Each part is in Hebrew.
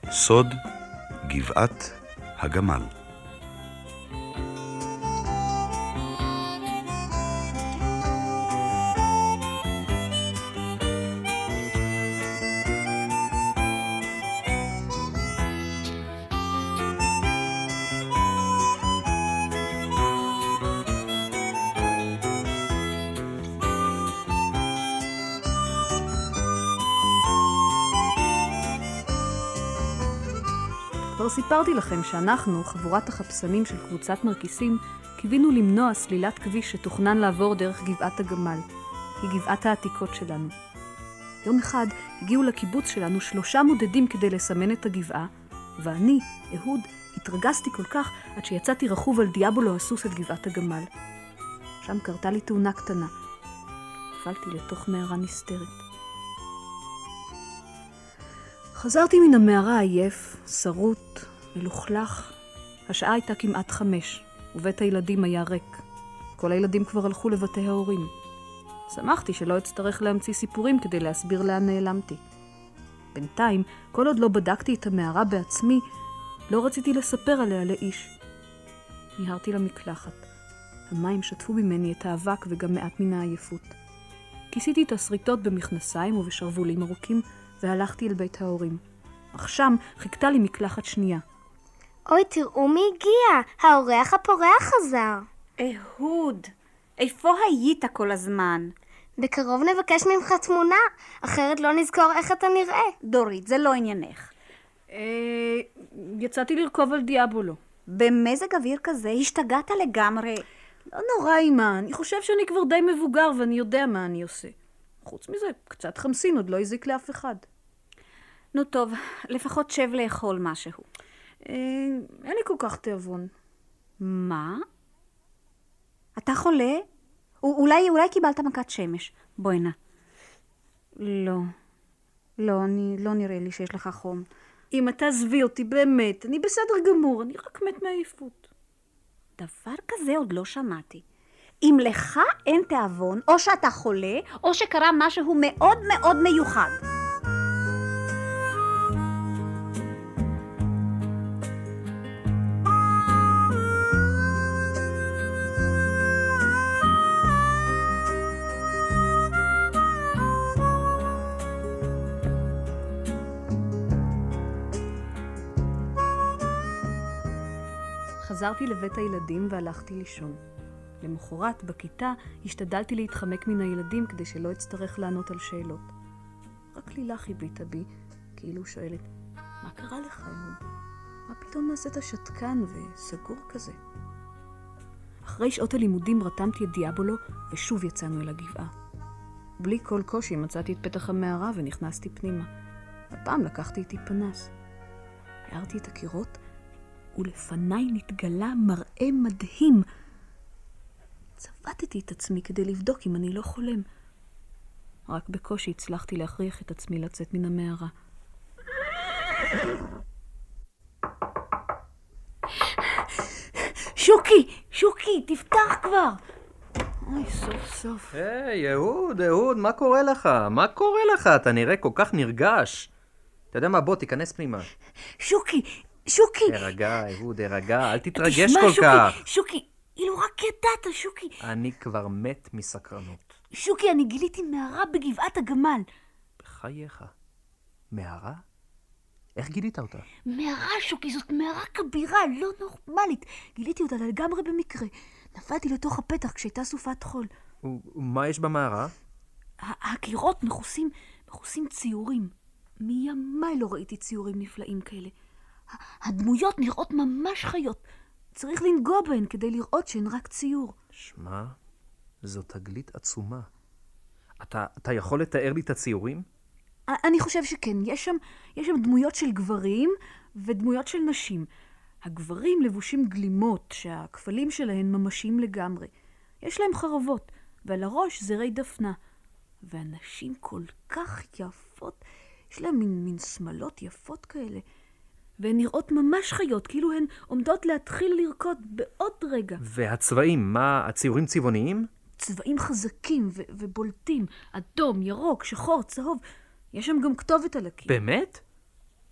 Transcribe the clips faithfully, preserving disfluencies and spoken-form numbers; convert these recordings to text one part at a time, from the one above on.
סוד גבעת הגמל. כבר סיפרתי לכם שאנחנו, חבורת החפשנים של קבוצת נרקיסים, קיווינו למנוע סלילת כביש שתוכנן לעבור דרך גבעת הגמל. היא גבעת העתיקות שלנו. יום אחד הגיעו לקיבוץ שלנו שלושה מודדים כדי לסמן את הגבעה, ואני, אהוד, התרגסתי כל כך עד שיצאתי רכוב על דיאבולו הסוס את גבעת הגמל. שם קרתה לי תאונה קטנה. נפלתי לתוך מערה נסתרת. חזרתי מן המערה עייף, שרוט, מלוכלך. השעה הייתה כמעט חמש, ובית הילדים היה ריק. כל הילדים כבר הלכו לבתי ההורים. שמחתי שלא אצטרך להמציא סיפורים כדי להסביר לאן נעלמתי. בינתיים, כל עוד לא בדקתי את המערה בעצמי, לא רציתי לספר עליה לאיש. ניהרתי למקלחת. המים שטפו ממני את האבק וגם מעט מן העייפות. כיסיתי את הסריטות במכנסיים ובשרבולים ארוכים, והלכתי אל בית ההורים. אך שם חיכתה לי מקלחת שנייה. אוי, תראו מי הגיע. האורח הפורח חזר. אהוד, איפה היית כל הזמן? בקרוב נבקש ממך תמונה, אחרת לא נזכור איך אתה נראה. דורית, זה לא עניינך. אה... יצאתי לרכוב על דיאבולו. במזג אוויר כזה השתגעת לגמרי. לא נורא, אמא. אני חושב שאני כבר די מבוגר ואני יודע מה אני עושה. חוץ מזה, קצת חמסין עוד לא הזיק לאף אחד. נו טוב, לפחות שב לאכול משהו. אה, אין לי כל כך תיאבון. מה? אתה חולה? אולי, אולי קיבלת מכת שמש. בואי נא. לא. לא, אני, לא נראה לי שיש לך חום. אמא, תעזבי אותי, באמת. אני בסדר גמור, אני רק מת מעייפות. דבר כזה עוד לא שמעתי. אם לך אין תיאבון, או שאתה חולה, או שקרה משהו מאוד מאוד מיוחד. חזרתי לבית הילדים והלכתי לישון. למחרת, בכיתה, השתדלתי להתחמק מן הילדים כדי שלא אצטרך לענות על שאלות. רק לילך הביטה בי, כאילו שואלת, מה קרה לך היום? מה פתאום נעשית שתקן וסגור כזה? אחרי שעות הלימודים רתמתי את דיאבולו ושוב יצאנו אל הגבעה. בלי כל קושי מצאתי את פתח המערה ונכנסתי פנימה. הפעם לקחתי איתי פנס. הערתי את הקירות ולפניי נתגלה מראה מדהים. צבטתי את עצמי כדי לבדוק אם אני לא חולם. רק בקושי הצלחתי להכריח את עצמי לצאת מן המערה. שוקי! שוקי! תפתח כבר! אוי, סוף סוף. היי, אהוד, אהוד, מה קורה לך? מה קורה לך? אתה נראה כל כך נרגש. אתה יודע מה? בוא, תיכנס פנימה. שוקי! שוקי! הרגע, אהוד, הרגע, אל תתרגש תשמע, כל שוקי, כך. שוקי, אילו רק ידעת, שוקי. אני כבר מת מסקרנות. שוקי, אני גיליתי מערה בגבעת הגמל. בחייך. מערה? איך גילית אותה? מערה, שוקי, זאת מערה כבירה, לא נורמלית. גיליתי אותה לגמרי במקרה. נפלתי לתוך הפתח כשהייתה סופת חול. ומה יש במערה? הקירות מכוסים, מכוסים ציורים. מימיי לא ראיתי ציורים נפלאים כאלה. הדמויות נראות ממש חיות. צריך לנגוע בהן כדי לראות שהן רק ציור. שמע, זו תגלית עצומה. אתה, אתה יכול לתאר לי את הציורים? אני חושב שכן. יש שם, יש שם דמויות של גברים ודמויות של נשים. הגברים לבושים גלימות שהכפלים שלהן ממשיים לגמרי. יש להם חרבות, ועל הראש זרי דפנה. והנשים כל כך יפות, יש להם מין, מין שמלות יפות כאלה. והן נראות ממש חיות, כאילו הן עומדות להתחיל לרקוד בעוד רגע. והצבעים, מה, הציורים צבעוניים? צבעים חזקים ו- ובולטים, אדום, ירוק, שחור, צהוב. יש שם גם כתובת על הקיר. באמת?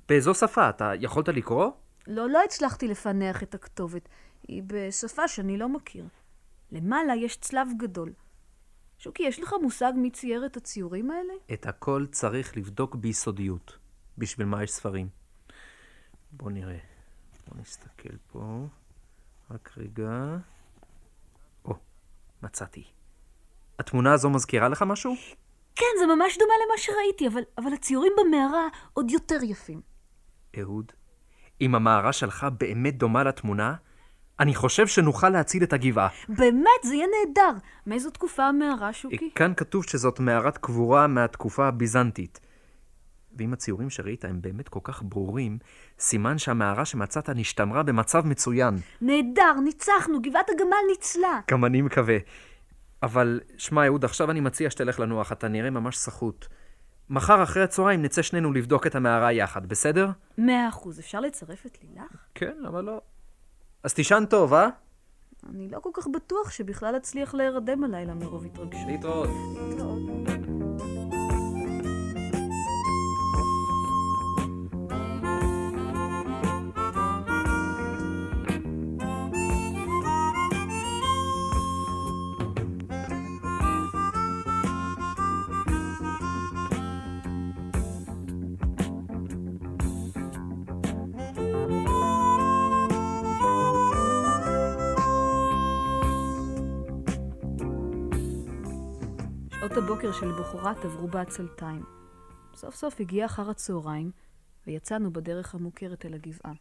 באיזו שפה? אתה יכולת לקרוא? לא, לא הצלחתי לפענח את הכתובת. היא בשפה שאני לא מכיר. למעלה יש צלב גדול. שוקי, יש לך מושג מי צייר את הציורים האלה? את הכל צריך לבדוק ביסודיות. בשביל מה יש ספרים. בוא נראה. בוא נסתכל פה. רק רגע. או, מצאתי. התמונה הזו מזכירה לך משהו? כן, זה ממש דומה למה שראיתי, אבל, אבל הציורים במערה עוד יותר יפים. אהוד, אם המערה שלך באמת דומה לתמונה, אני חושב שנוכל להציל את הגבעה. באמת, זה יהיה נהדר. מאיזו תקופה המערה, שוקי? כאן כתוב שזאת מערת קבורה מהתקופה הביזנטית. ואם הציורים שראית הם באמת כל כך ברורים, סימן שהמערה שמצאת נשתמרה במצב מצוין. נהדר, ניצחנו, גבעת הגמל ניצלה. גם אני מקווה. אבל, שמע אהוד, עכשיו אני מציע שתלך לנוח, אתה נראה ממש סחוט. מחר אחרי הצהריים נצא שנינו לבדוק את המערה יחד, בסדר? מאה אחוז, אפשר לצרף את לילך? כן, למה לא? אז תישן טוב, אה? אני לא כל כך בטוח שבכלל אצליח להירדם הלילה מרוב התרגשות. להתראות. להתראות. שעות הבוקר של בחורת עברו בעצלתיים. סוף סוף הגיע אחר הצהריים, ויצאנו בדרך המוכרת אל הגבעה.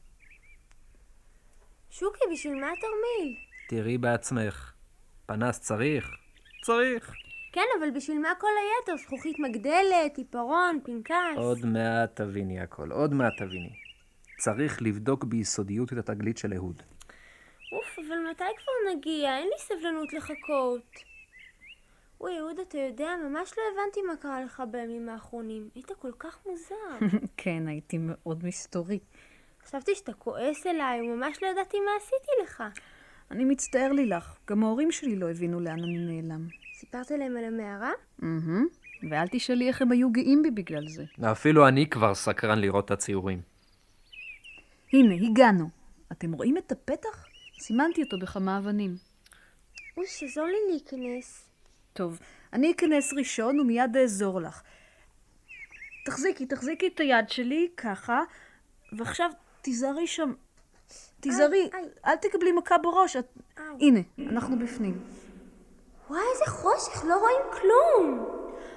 שוקי, בשביל מה התרמיל? תראי בעצמך. פנס צריך? צריך. כן, אבל בשביל מה כל היתר? זכוכית מגדלת, עיפרון, פנקס. עוד מעט תביני הכל, עוד מעט תביני. צריך לבדוק ביסודיות את התגלית של אהוד. אוף, אבל מתי כבר נגיע? אין לי סבלנות לחכות. אוי, אהוד, אתה יודע, ממש לא הבנתי מה קרה לך בימים האחרונים. היית כל כך מוזר. כן, הייתי מאוד מסתורי. חשבתי שאתה כועס אליי, וממש לא ידעתי מה עשיתי לך. אני מצטער לילך, גם ההורים שלי לא הבינו לאן אני נעלם. סיפרת להם על המערה? אהה, ואל תשאלי איך הם היו גאים בי בגלל זה. אפילו אני כבר סקרן לראות את הציורים. הנה, הגענו. אתם רואים את הפתח? סימנתי אותו בכמה אבנים. אוי, שזור לי להיכנס. טוב, אני אכנס ראשון ומיד אעזור לך. תחזיקי, תחזיקי את היד שלי, ככה, ועכשיו תיזהרי שם. תיזהרי, אל תקבלי מכה בראש. את... הנה, אנחנו בפנים. וואי, איזה חושך, לא רואים כלום.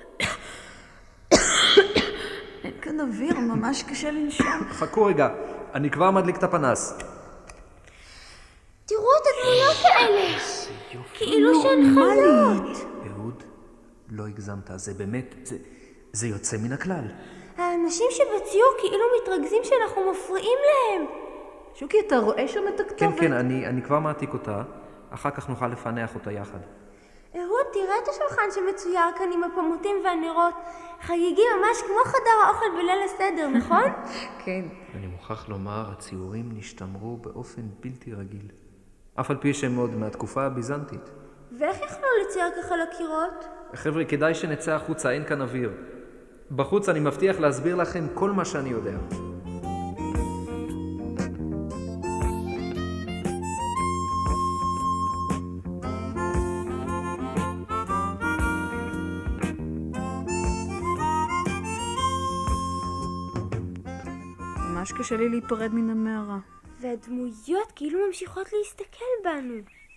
אין כאן אוויר, ממש קשה לנשום. חכו רגע, אני כבר מדליק את הפנס. תראו את הדמויות האלה. כאילו שהן חיות. אהוד, לא הגזמת, זה באמת, זה, זה יוצא מן הכלל. האנשים שבציור כאילו מתרגזים שאנחנו מפריעים להם. שוקי, אתה רואה שם את הכתובת? כן, כן, אני, אני כבר מעתיק אותה, אחר כך נוכל לפענח אותה יחד. אהוד, תראה את השולחן שמצויר כאן עם הפמוטים והנרות. חגיגי ממש כמו חדר האוכל בליל הסדר, נכון? כן. אני מוכרח לומר, הציורים נשתמרו באופן בלתי רגיל. אף על פי שהם עוד מהתקופה הביזנטית. ואיך יכלו לצייר ככה לקירות? חבר'ה, כדאי שנצא החוצה, אין כאן אוויר. בחוץ אני מבטיח להסביר לכם כל מה שאני יודע. ממש קשה לי להיפרד מן המערה. והדמויות כאילו ממשיכות להסתכל בנו.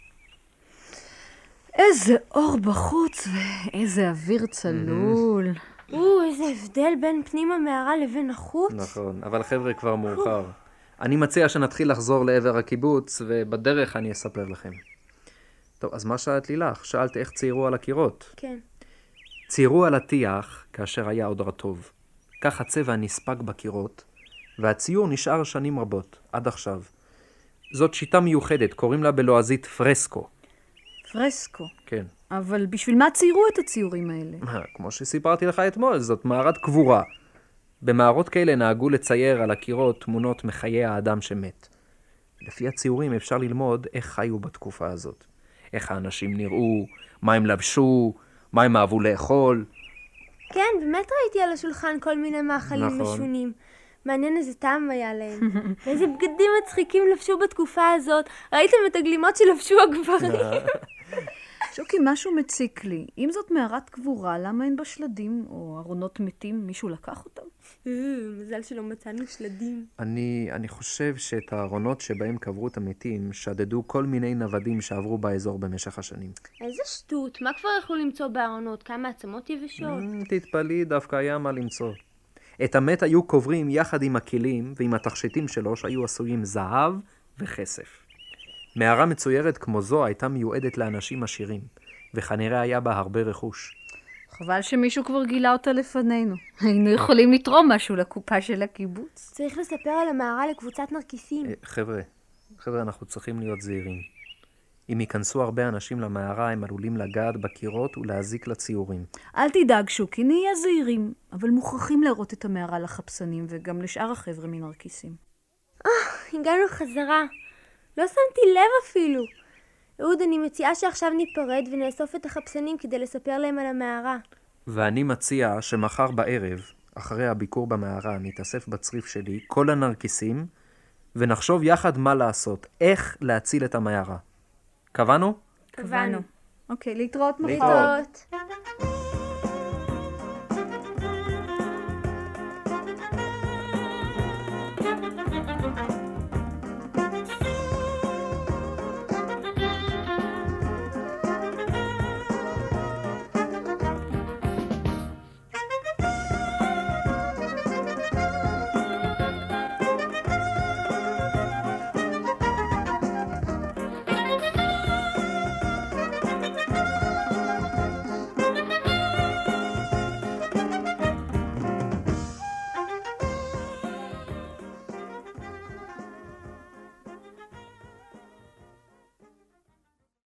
איזה אור בחוץ ואיזה אוויר צלול. או, איזה הבדל בין פנים המערה לבין החוץ. נכון, אבל חבר'ה כבר מאוחר. אני מציע שנתחיל לחזור לעבר הקיבוץ, ובדרך אני אספר לכם. טוב, אז מה שאלת לילך? שאלת איך ציירו על הקירות. כן. ציירו על הטיח כאשר היה עוד רטוב. כך הצבע נספג בקירות, והציור נשאר שנים רבות, עד עכשיו. זאת שיטה מיוחדת, קוראים לה בלועזית פרסקו. פרסקו. כן. אבל בשביל מה ציירו את הציורים האלה? כמו שסיפרתי לך אתמול, זאת מערת קבורה. במערות כאלה נהגו לצייר על הקירות תמונות מחיי האדם שמת. לפי הציורים אפשר ללמוד איך חיו בתקופה הזאת. איך האנשים נראו, מה הם לבשו, מה הם אהבו לאכול. כן, באמת ראיתי על השולחן כל מיני מאכלים נכון. משונים. מעניין איזה טעם היה להם. ואיזה בגדים מצחיקים לבשו בתקופה הזאת. ראיתם את הגלימות שלבשו הגברים? שוקי, משהו מציק לי. אם זאת מערת קבורה, למה אין בה שלדים או ארונות מתים? מישהו לקח אותם? מזל שלא מצאנו שלדים. אני, אני חושב שאת הארונות שבהם קברו את המתים שדדו כל מיני נוודים שעברו באזור במשך השנים. איזה שטות, מה כבר יכלו למצוא בארונות? כמה עצמות יבשות? תתפלאי, דווקא היה מה למצוא. את המת היו קוברים יחד עם הכלים ועם התכשיטים שלו שהיו עשויים זהב וכסף. מערה מצוירת כמו זו הייתה מיועדת לאנשים עשירים, וכנראה היה בה הרבה רכוש. חבל שמישהו כבר גילה אותה לפנינו. היינו יכולים לתרום משהו לקופה של הקיבוץ. צריך לספר על המערה לקבוצת נרקיסים. חבר'ה, חבר'ה, אנחנו צריכים להיות זהירים. אם ייכנסו הרבה אנשים למערה, הם עלולים לגעת בקירות ולהזיק לציורים. אל תדאג, שוקי, נהיה זהירים, אבל מוכרחים להראות את המערה לחפשנים וגם לשאר החבר'ה מנרקיסים. אה, הגענו חזרה. לא שמתי לב אפילו. אהוד, אני מציעה שעכשיו ניפרד ונאסוף את החפשנים כדי לספר להם על המערה. ואני מציע שמחר בערב, אחרי הביקור במערה, נתאסף בצריף שלי כל הנרקיסים, ונחשוב יחד מה לעשות, איך להציל את המערה. קבענו? קבענו. אוקיי, להתראות מחר. להתראות.